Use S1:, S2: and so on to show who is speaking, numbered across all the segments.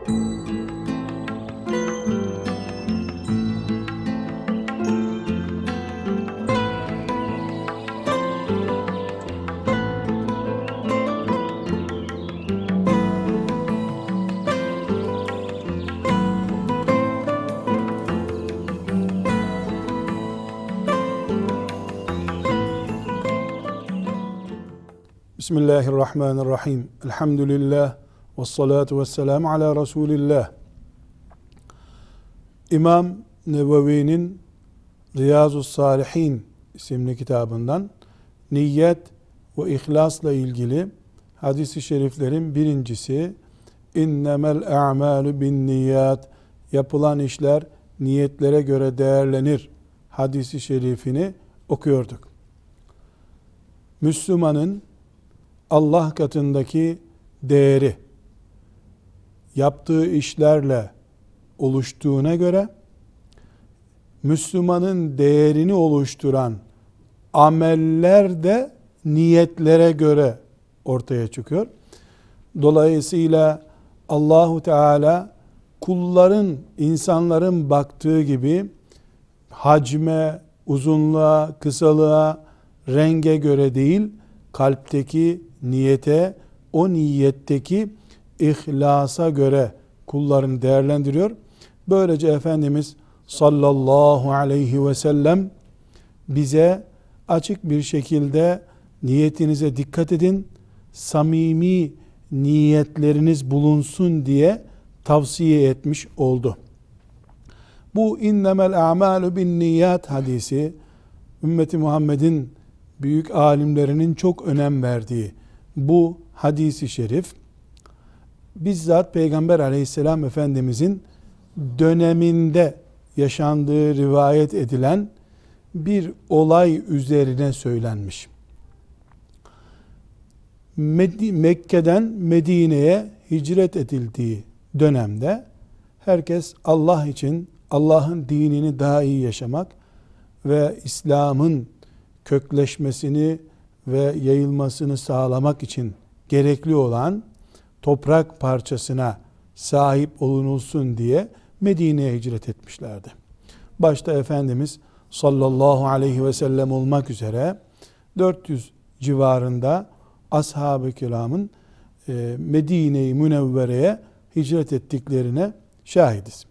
S1: Bismillahirrahmanirrahim. Elhamdülillah. Vessalatu vesselamu ala Resulillah. İmam Nevevi'nin Riyazu's-Salihin isimli kitabından niyet ve ihlasla ilgili hadis-i şeriflerin birincisi innemel a'malu bin niyat, yapılan işler niyetlere göre değerlenir hadis-i şerifini okuyorduk. Müslümanın Allah katındaki değeri yaptığı işlerle oluştuğuna göre Müslümanın değerini oluşturan ameller de niyetlere göre ortaya çıkıyor. Dolayısıyla Allahu Teala kulların, insanların baktığı gibi hacme, uzunluğa, kısalığa, renge göre değil, kalpteki niyete, o niyetteki ihlasa göre kullarını değerlendiriyor. Böylece Efendimiz sallallahu aleyhi ve sellem bize açık bir şekilde niyetinize dikkat edin, samimi niyetleriniz bulunsun diye tavsiye etmiş oldu. Bu innemel a'malu bin niyat hadisi ümmeti Muhammed'in büyük alimlerinin çok önem verdiği bu hadisi şerif bizzat Peygamber aleyhisselam Efendimizin döneminde yaşandığı rivayet edilen bir olay üzerine söylenmiş. Mekke'den Medine'ye hicret edildiği dönemde herkes Allah için, Allah'ın dinini daha iyi yaşamak ve İslam'ın kökleşmesini ve yayılmasını sağlamak için gerekli olan toprak parçasına sahip olunulsun diye Medine'ye hicret etmişlerdi. Başta Efendimiz sallallahu aleyhi ve sellem olmak üzere 400 civarında ashab-ı kiramın Medine-i Münevvere'ye hicret ettiklerine şahidiz.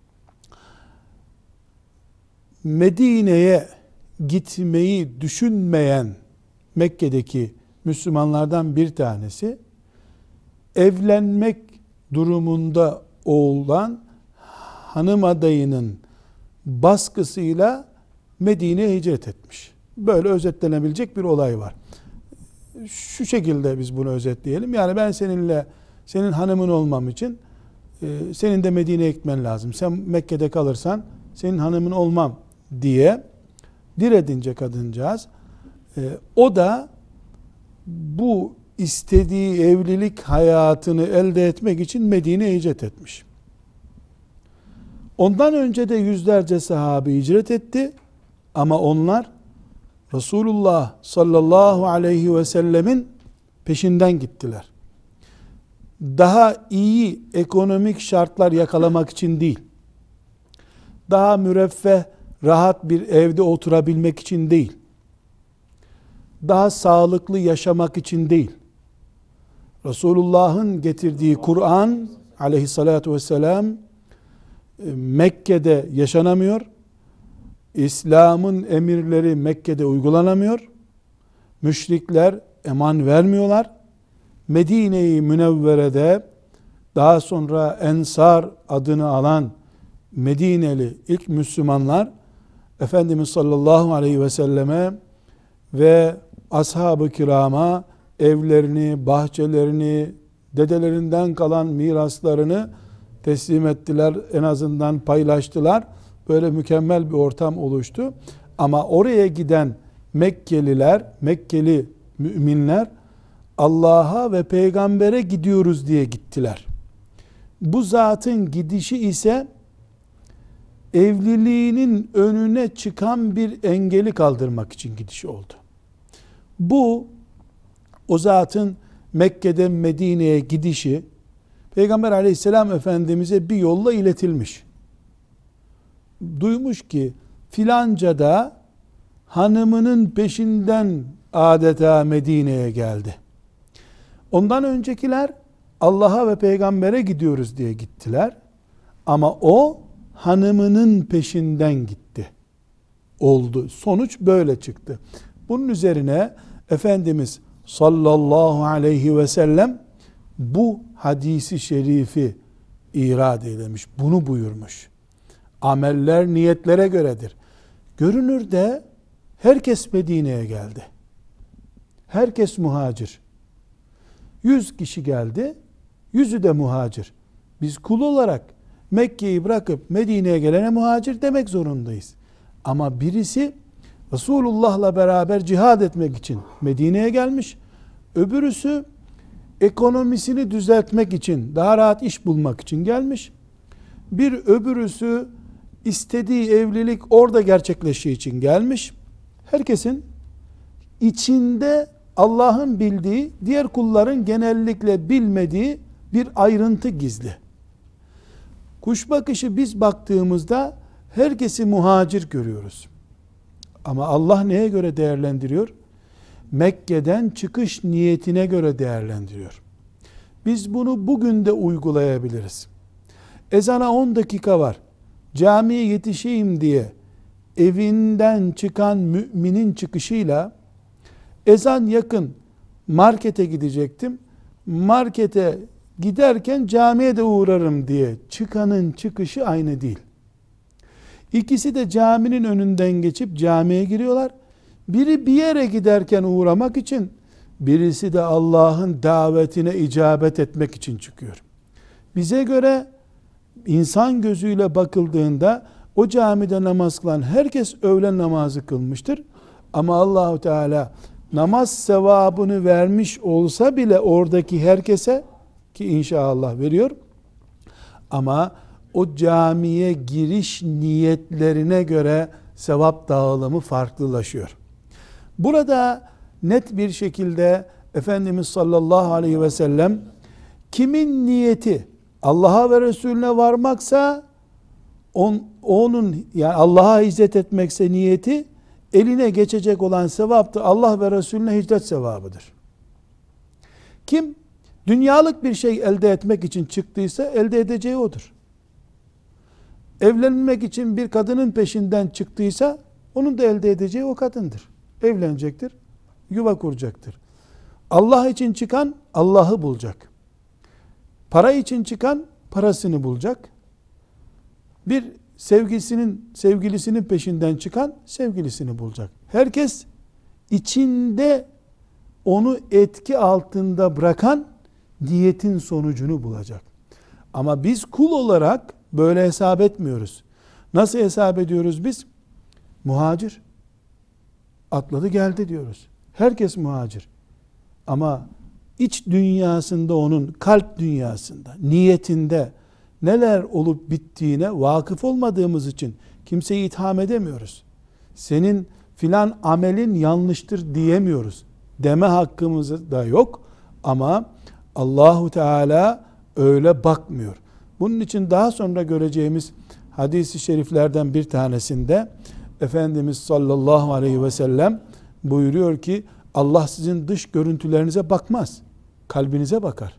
S1: Medine'ye gitmeyi düşünmeyen Mekke'deki Müslümanlardan bir tanesi evlenmek durumunda olan hanım adayının baskısıyla Medine'ye hicret etmiş. Böyle özetlenebilecek bir olay var. Şu şekilde biz bunu özetleyelim. Yani ben senin hanımın olmam için senin de Medine'ye gitmen lazım. Sen Mekke'de kalırsan senin hanımın olmam diye diredince kadıncağız, o da bu istediği evlilik hayatını elde etmek için Medine'ye hicret etmiş. Ondan önce de yüzlerce sahabe hicret etti ama onlar Resulullah sallallahu aleyhi ve sellemin peşinden gittiler. Daha iyi ekonomik şartlar yakalamak için değil, daha müreffeh, rahat bir evde oturabilmek için değil, daha sağlıklı yaşamak için değil, Resulullah'ın getirdiği Kur'an aleyhissalatu vesselam Mekke'de yaşanamıyor, İslam'ın emirleri Mekke'de uygulanamıyor, müşrikler eman vermiyorlar. Medine-i Münevvere'de daha sonra Ensar adını alan Medineli ilk Müslümanlar Efendimiz sallallahu aleyhi ve selleme ve ashab-ı kirama evlerini, bahçelerini, dedelerinden kalan miraslarını teslim ettiler, en azından paylaştılar. Böyle mükemmel bir ortam oluştu. Ama oraya giden Mekkeliler, Mekkeli müminler Allah'a ve peygambere gidiyoruz diye gittiler. Bu zatın gidişi ise evliliğinin önüne çıkan bir engeli kaldırmak için gidişi oldu. Bu o zatın Mekke'den Medine'ye gidişi Peygamber aleyhisselam efendimize bir yolla iletilmiş. Duymuş ki filancada hanımının peşinden adeta Medine'ye geldi. Ondan öncekiler Allah'a ve peygambere gidiyoruz diye gittiler. Ama o hanımının peşinden gitti. Oldu. Sonuç böyle çıktı. Bunun üzerine Efendimiz sallallahu aleyhi ve sellem bu hadisi şerifi irad eylemiş. Bunu buyurmuş. Ameller niyetlere göredir. Görünürde herkes Medine'ye geldi. Herkes muhacir. 100 kişi geldi. 100'ü de muhacir. Biz kul olarak Mekke'yi bırakıp Medine'ye gelene muhacir demek zorundayız. Ama birisi Resulullah'la beraber cihad etmek için Medine'ye gelmiş. Öbürüsü ekonomisini düzeltmek için, daha rahat iş bulmak için gelmiş. Bir öbürüsü istediği evlilik orada gerçekleştiği için gelmiş. Herkesin içinde Allah'ın bildiği, diğer kulların genellikle bilmediği bir ayrıntı gizli. Kuş bakışı biz baktığımızda herkesi muhacir görüyoruz. Ama Allah neye göre değerlendiriyor? Mekke'den çıkış niyetine göre değerlendiriyor. Biz bunu bugün de uygulayabiliriz. Ezana 10 dakika var. Camiye yetişeyim diye evinden çıkan müminin çıkışıyla ezan yakın markete gidecektim. Markete giderken camiye de uğrarım diye çıkanın çıkışı aynı değil. İkisi de caminin önünden geçip camiye giriyorlar. Biri bir yere giderken uğramak için, birisi de Allah'ın davetine icabet etmek için çıkıyor. Bize göre insan gözüyle bakıldığında o camide namaz kılan herkes öğlen namazı kılmıştır. Ama Allahu Teala namaz sevabını vermiş olsa bile oradaki herkese, ki inşallah veriyor, ama o camiye giriş niyetlerine göre sevap dağılımı farklılaşıyor. Burada net bir şekilde Efendimiz sallallahu aleyhi ve sellem kimin niyeti Allah'a ve Resulüne varmaksa onun, yani Allah'a hicret etmekse niyeti, eline geçecek olan sevap da Allah ve Resulüne hicret sevabıdır. Kim dünyalık bir şey elde etmek için çıktıysa elde edeceği odur. Evlenmek için bir kadının peşinden çıktıysa onun da elde edeceği o kadındır. Evlenecektir, yuva kuracaktır. Allah için çıkan Allah'ı bulacak. Para için çıkan parasını bulacak. Bir sevgilisinin peşinden çıkan sevgilisini bulacak. Herkes içinde onu etki altında bırakan niyetin sonucunu bulacak. Ama biz kul olarak böyle hesap etmiyoruz. Nasıl hesap ediyoruz biz? Muhacir. Atladı geldi diyoruz. Herkes muhacir. Ama iç dünyasında, onun kalp dünyasında, niyetinde neler olup bittiğine vakıf olmadığımız için kimseyi itham edemiyoruz. Senin filan amelin yanlıştır diyemiyoruz. Deme hakkımız da yok. Ama Allahu Teala öyle bakmıyor. Bunun için daha sonra göreceğimiz hadis-i şeriflerden bir tanesinde Efendimiz sallallahu aleyhi ve sellem buyuruyor ki Allah sizin dış görüntülerinize bakmaz. Kalbinize bakar.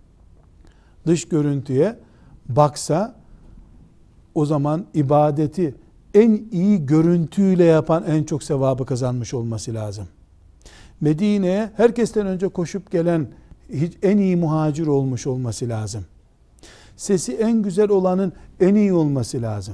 S1: Dış görüntüye baksa o zaman ibadeti en iyi görüntüyle yapan en çok sevabı kazanmış olması lazım. Medine'ye herkesten önce koşup gelen en iyi muhacir olmuş olması lazım. Sesi en güzel olanın en iyi olması lazım.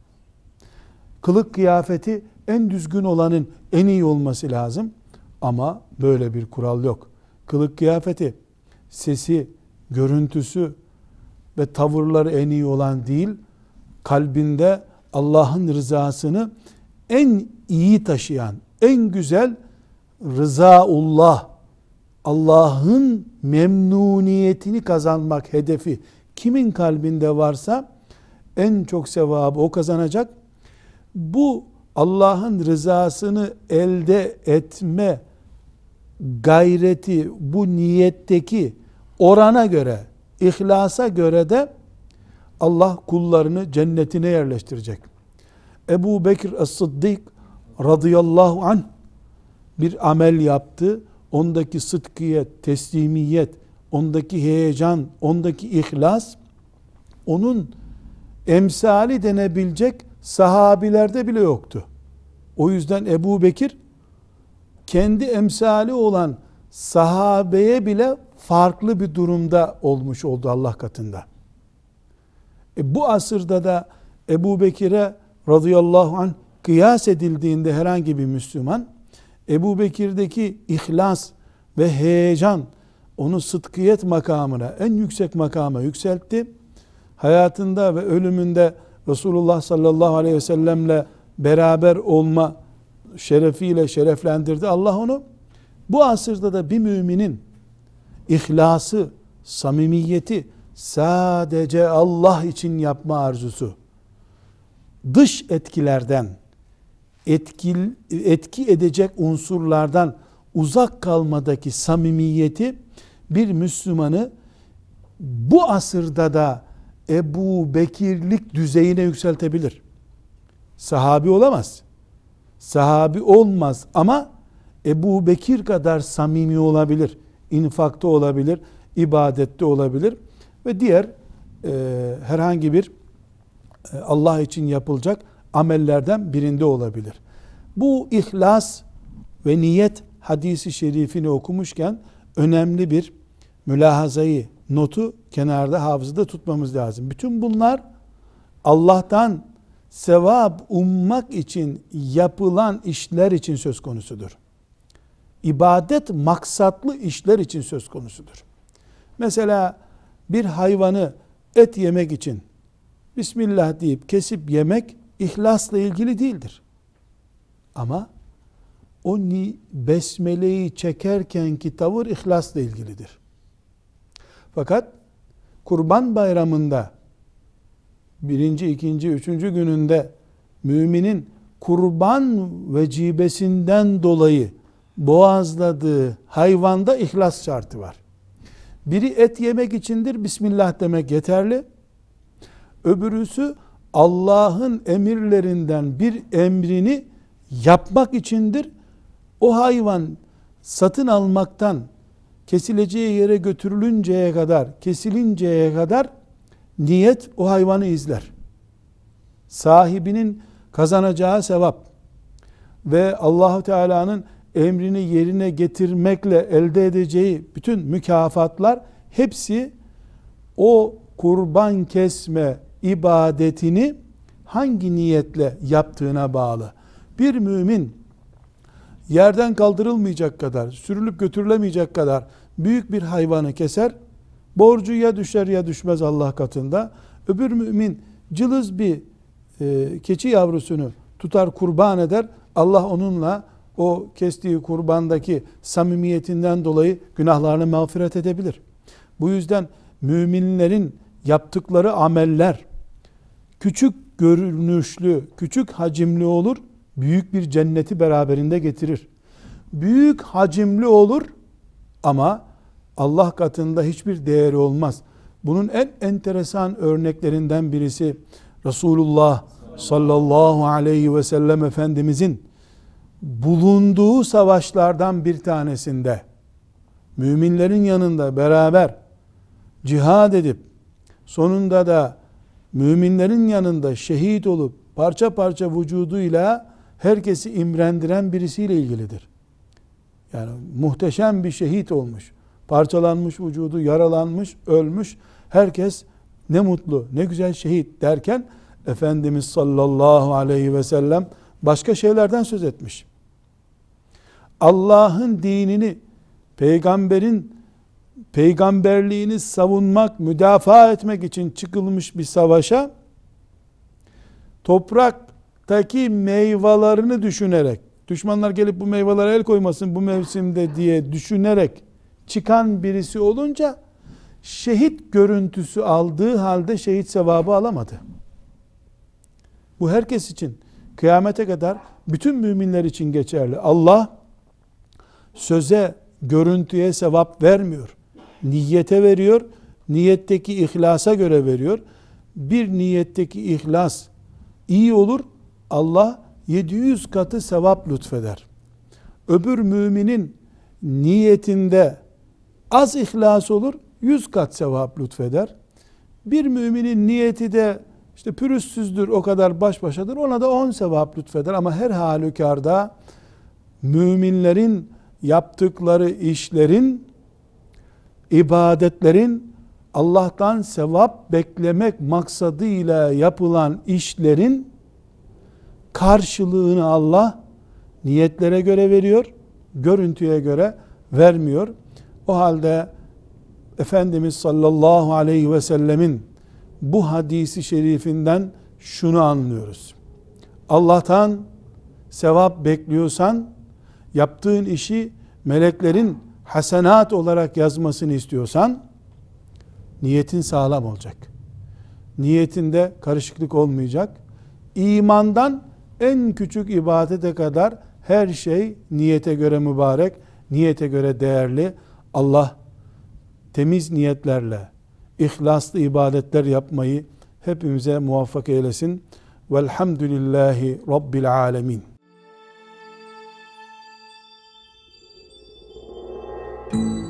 S1: Kılık kıyafeti en düzgün olanın en iyi olması lazım. Ama böyle bir kural yok. Kılık kıyafeti, sesi, görüntüsü ve tavırları en iyi olan değil, kalbinde Allah'ın rızasını en iyi taşıyan, en güzel rızaullah, Allah'ın memnuniyetini kazanmak hedefi kimin kalbinde varsa en çok sevabı o kazanacak. Bu Allah'ın rızasını elde etme gayreti, bu niyetteki orana göre, İhlasa göre de Allah kullarını cennetine yerleştirecek. Ebu Bekir Es-Sıddık radıyallahu anh bir amel yaptı. Ondaki sıdkiyet, teslimiyet, ondaki heyecan, ondaki ihlas, onun emsali denebilecek sahabilerde bile yoktu. O yüzden Ebu Bekir kendi emsali olan sahabeye bile farklı bir durumda olmuş oldu Allah katında. Bu asırda da Ebu Bekir'e radıyallahu anh kıyas edildiğinde herhangi bir Müslüman, Ebu Bekir'deki ihlas ve heyecan onu sıdkiyet makamına, en yüksek makama yükseltti. Hayatında ve ölümünde Resulullah sallallahu aleyhi ve sellemle beraber olma şerefiyle şereflendirdi Allah onu. Bu asırda da bir müminin ihlası, samimiyeti, sadece Allah için yapma arzusu, dış etkilerden, etki edecek unsurlardan uzak kalmadaki samimiyeti bir Müslümanı bu asırda da Ebu Bekirlik düzeyine yükseltebilir. Sahabi olamaz. Sahabi olmaz ama Ebu Bekir kadar samimi olabilir. İnfakta olabilir, ibadette olabilir ve diğer herhangi bir Allah için yapılacak amellerden birinde olabilir. Bu ihlas ve niyet hadisi şerifini okumuşken önemli bir mülahazayı, notu kenarda, hafızada tutmamız lazım. Bütün bunlar Allah'tan sevap ummak için yapılan işler için söz konusudur. İbadet maksatlı işler için söz konusudur. Mesela bir hayvanı et yemek için Bismillah deyip kesip yemek ihlasla ilgili değildir. Ama o besmeleyi çekerkenki tavır ihlasla ilgilidir. Fakat Kurban Bayramı'nda birinci, ikinci, üçüncü gününde müminin kurban vecibesinden dolayı boğazladığı hayvanda ihlas şartı var. Biri et yemek içindir, Bismillah demek yeterli. Öbürüsü Allah'ın emirlerinden bir emrini yapmak içindir. O hayvan satın almaktan kesileceği yere götürülünceye kadar, kesilinceye kadar niyet o hayvanı izler. Sahibinin kazanacağı sevap ve Allah Teala'nın emrini yerine getirmekle elde edeceği bütün mükafatlar hepsi o kurban kesme ibadetini hangi niyetle yaptığına bağlı. Bir mümin yerden kaldırılmayacak kadar, sürülüp götürülemeyecek kadar büyük bir hayvanı keser, borcu ya düşer ya düşmez Allah katında. Öbür mümin cılız bir keçi yavrusunu tutar, kurban eder. Allah onunla o kestiği kurbandaki samimiyetinden dolayı günahlarını mağfiret edebilir. Bu yüzden müminlerin yaptıkları ameller küçük görünüşlü, küçük hacimli olur, büyük bir cenneti beraberinde getirir. Büyük hacimli olur ama Allah katında hiçbir değeri olmaz. Bunun en enteresan örneklerinden birisi Resulullah sallallahu aleyhi ve sellem Efendimizin bulunduğu savaşlardan bir tanesinde müminlerin yanında beraber cihad edip sonunda da müminlerin yanında şehit olup parça parça vücuduyla herkesi imrendiren birisiyle ilgilidir. Yani muhteşem bir şehit olmuş. Parçalanmış vücudu, yaralanmış, ölmüş. Herkes ne mutlu, ne güzel şehit derken Efendimiz sallallahu aleyhi ve sellem başka şeylerden söz etmiş. Allah'ın dinini, peygamberliğini savunmak, müdafaa etmek için çıkılmış bir savaşa topraktaki meyvelerini düşünerek, düşmanlar gelip bu meyvelere el koymasın bu mevsimde diye düşünerek çıkan birisi olunca şehit görüntüsü aldığı halde şehit sevabı alamadı. Bu herkes için, kıyamete kadar bütün müminler için geçerli. Allah söze, görüntüye sevap vermiyor. Niyete veriyor niyetteki ihlasa göre veriyor. Bir niyetteki ihlas iyi olur, Allah 700 katı sevap lütfeder. Öbür müminin niyetinde az ihlas olur, 100 kat sevap lütfeder. Bir müminin niyeti de işte pürüzsüzdür, o kadar baş başadır, ona da 10 sevap lütfeder. Ama her halükarda müminlerin yaptıkları işlerin, ibadetlerin, Allah'tan sevap beklemek maksadıyla yapılan işlerin karşılığını Allah niyetlere göre veriyor, görüntüye göre vermiyor. O halde Efendimiz sallallahu aleyhi ve sellemin bu hadisi şerifinden şunu anlıyoruz: Allah'tan sevap bekliyorsan, yaptığın işi meleklerin hasenat olarak yazmasını istiyorsan, niyetin sağlam olacak. Niyetinde karışıklık olmayacak. İmandan en küçük ibadete kadar her şey niyete göre mübarek, niyete göre değerli. Allah temiz niyetlerle, ihlaslı ibadetler yapmayı hepimize muvaffak eylesin. Velhamdülillahi Rabbil alemin.